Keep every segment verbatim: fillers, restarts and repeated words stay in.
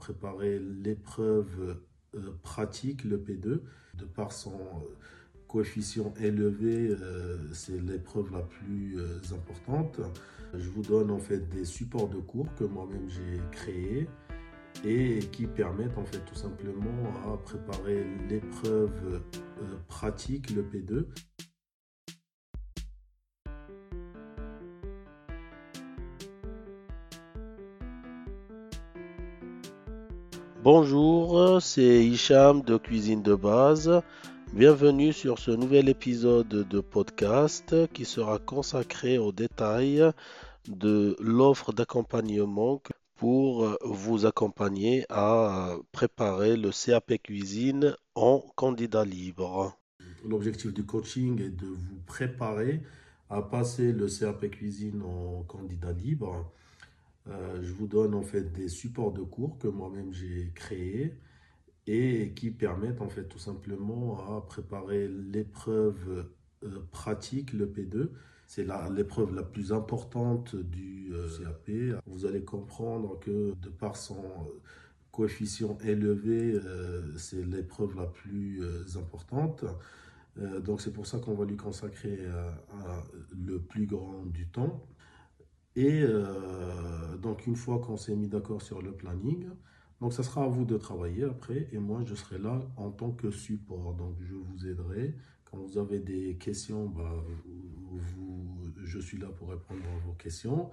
préparer l'épreuve euh, pratique, le P deux, de par son euh, coefficient élevé, euh, c'est l'épreuve la plus euh, importante. Je vous donne en fait des supports de cours que moi-même j'ai créés et qui permettent en fait tout simplement à préparer l'épreuve euh, pratique, le P deux. Bonjour, c'est Hicham de Cuisine de base. Bienvenue sur ce nouvel épisode de podcast qui sera consacré aux détails de l'offre d'accompagnement pour vous accompagner à préparer le C A P Cuisine en candidat libre. L'objectif du coaching est de vous préparer à passer le C A P cuisine en candidat libre. Euh, je vous donne en fait des supports de cours que moi-même j'ai créés et qui permettent en fait tout simplement à préparer l'épreuve euh, pratique, le P deux. C'est la- l'épreuve la plus importante du euh, C A P. Vous allez comprendre que de par son euh, coefficient élevé, euh, c'est l'épreuve la plus euh, importante. Euh, donc c'est pour ça qu'on va lui consacrer euh, un- le plus grand du temps. Et euh, donc une fois qu'on s'est mis d'accord sur le planning, donc ça sera à vous de travailler après et moi je serai là en tant que support. Donc je vous aiderai. Quand vous avez des questions, bah, vous- je suis là pour répondre à vos questions.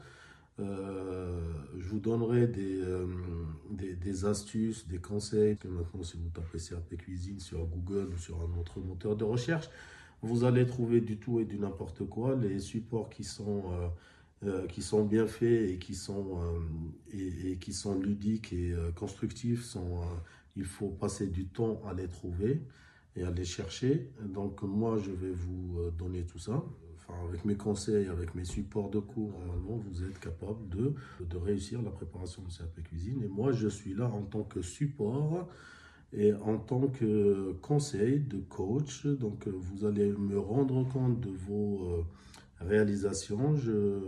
Euh, je vous donnerai des, euh, des, des astuces, des conseils. Que maintenant, si vous tapez C A P Cuisine sur Google ou sur un autre moteur de recherche, vous allez trouver du tout et du n'importe quoi. Les supports qui sont, euh, euh, qui sont bien faits et qui sont, euh, et, et qui sont ludiques et euh, constructifs, sont, euh, il faut passer du temps à les trouver et à les chercher. Donc moi, je vais vous euh, donner tout ça. Enfin, avec mes conseils, avec mes supports de cours, normalement, vous êtes capable de, de réussir la préparation de C A P Cuisine. Et moi, je suis là en tant que support et en tant que conseil de coach. Donc, euh, vous allez me rendre compte de vos euh, réalisations. Je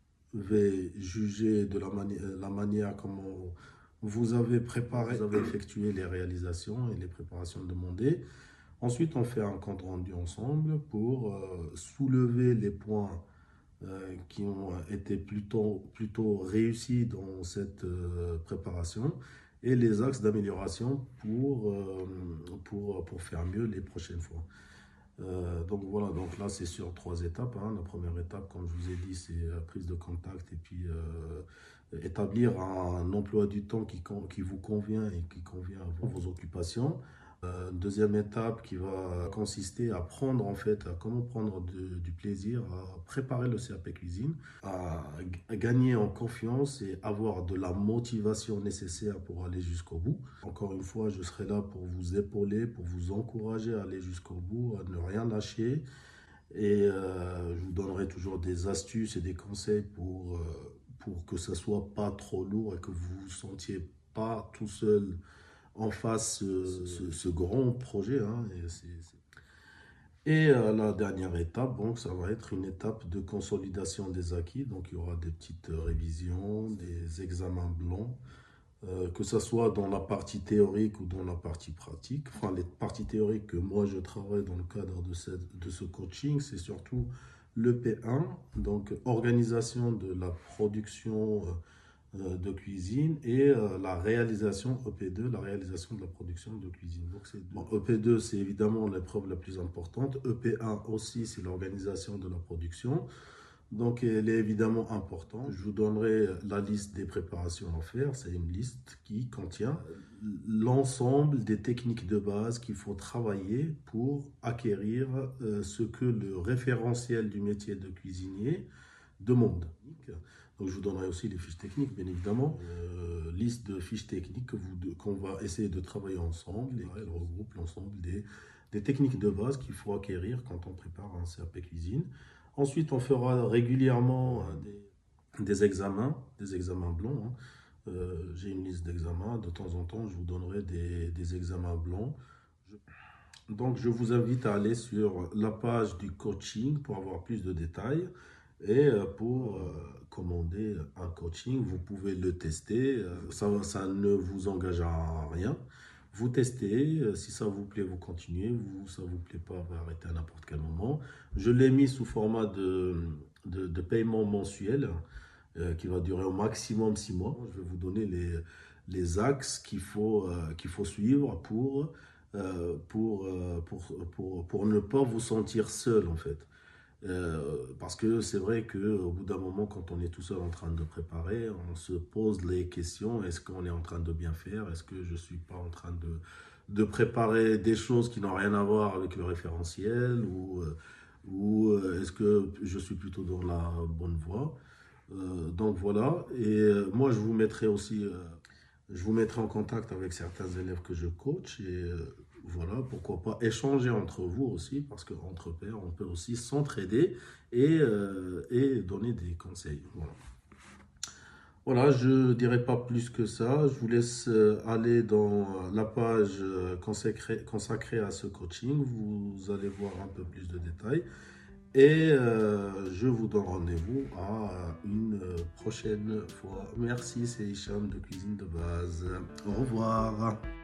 vais juger de la, mani- la manière comment vous avez préparé, vous avez effectué les réalisations et les préparations demandées. Ensuite, on fait un compte rendu ensemble pour euh, soulever les points euh, qui ont été plutôt, plutôt réussis dans cette euh, préparation et les axes d'amélioration pour, euh, pour, pour faire mieux les prochaines fois. Euh, donc voilà, donc là c'est sur trois étapes, hein. La première étape, comme je vous ai dit, c'est euh, prise de contact et puis euh, établir un emploi du temps qui, con- qui vous convient et qui convient à vos occupations. Euh, deuxième étape qui va consister à prendre en fait, à comment prendre de- du plaisir à préparer le C A P cuisine, à, à gagner en confiance et avoir de la motivation nécessaire pour aller jusqu'au bout. Encore une fois, je serai là pour vous épauler, pour vous encourager à aller jusqu'au bout, à ne rien lâcher. Et euh, je vous donnerai toujours des astuces et des conseils pour, euh, pour que ça soit pas trop lourd et que vous vous sentiez pas tout seul en face euh, ce, ce grand projet, hein. Et, c'est- c'est- et euh, la dernière étape, donc, ça va être une étape de consolidation des acquis. Donc, il y aura des petites euh, révisions, des examens blancs, euh, que ce soit dans la partie théorique ou dans la partie pratique. Enfin, les parties théoriques que moi je travaille dans le cadre de, cette- de ce coaching, c'est surtout le P un, donc organisation de la production euh, euh, de cuisine et euh, la réalisation E P deux, la réalisation de la production de cuisine. Donc c'est bon, E P deux, c'est évidemment l'épreuve la plus importante. E P un aussi, c'est l'organisation de la production. Donc elle est évidemment importante. Je vous donnerai la liste des préparations à faire. C'est une liste qui contient l'ensemble des techniques de base qu'il faut travailler pour acquérir euh, ce que le référentiel du métier de cuisinier demande. Donc je vous donnerai aussi les fiches techniques, bien évidemment. Euh, liste de fiches techniques que vous, qu'on va essayer de travailler ensemble et elle regroupe l'ensemble des, des techniques de base qu'il faut acquérir quand on prépare un C A P cuisine. Ensuite, on fera régulièrement des, des examens, des examens blancs, hein. Euh, j'ai une liste d'examens. De temps en temps, je vous donnerai des, des examens blancs. Je- donc, je vous invite à aller sur la page du coaching pour avoir plus de détails. Et euh, pour euh, commander un coaching, vous pouvez le tester. euh, Ça, ça ne vous engage à rien. Vous testez, euh, si ça vous plaît, vous continuez. Vous, ça vous plaît pas, vous arrêtez à n'importe quel moment. Je l'ai mis sous format de, de, de paiement mensuel euh, qui va durer au maximum six mois. Je vais vous donner les, les axes qu'il faut, euh, qu'il faut suivre pour, euh, pour, euh, pour, pour, pour ne pas vous sentir seul en fait. Euh, parce que c'est vrai qu'au bout d'un moment, quand on est tout seul en train de préparer, on se pose les questions. Est-ce qu'on est en train de bien faire? Est-ce que je ne suis pas en train de, de préparer des choses qui n'ont rien à voir avec le référentiel? Ou, euh, ou euh, est-ce que je suis plutôt dans la bonne voie? Euh, donc voilà. Et euh, moi, je vous mettrai aussi, euh, je vous mettrai en contact avec certains élèves que je coach. Et euh, voilà, pourquoi pas échanger entre vous aussi, parce qu'entre pairs, on peut aussi s'entraider et, euh, et donner des conseils. Voilà. Voilà, je ne dirai pas plus que ça. Je vous laisse euh, aller dans la page euh, consacrée, consacrée à ce coaching. Vous allez voir un peu plus de détails. Et euh, je vous donne rendez-vous à une prochaine fois. Merci, c'est Hicham de Cuisine de Base. Au revoir.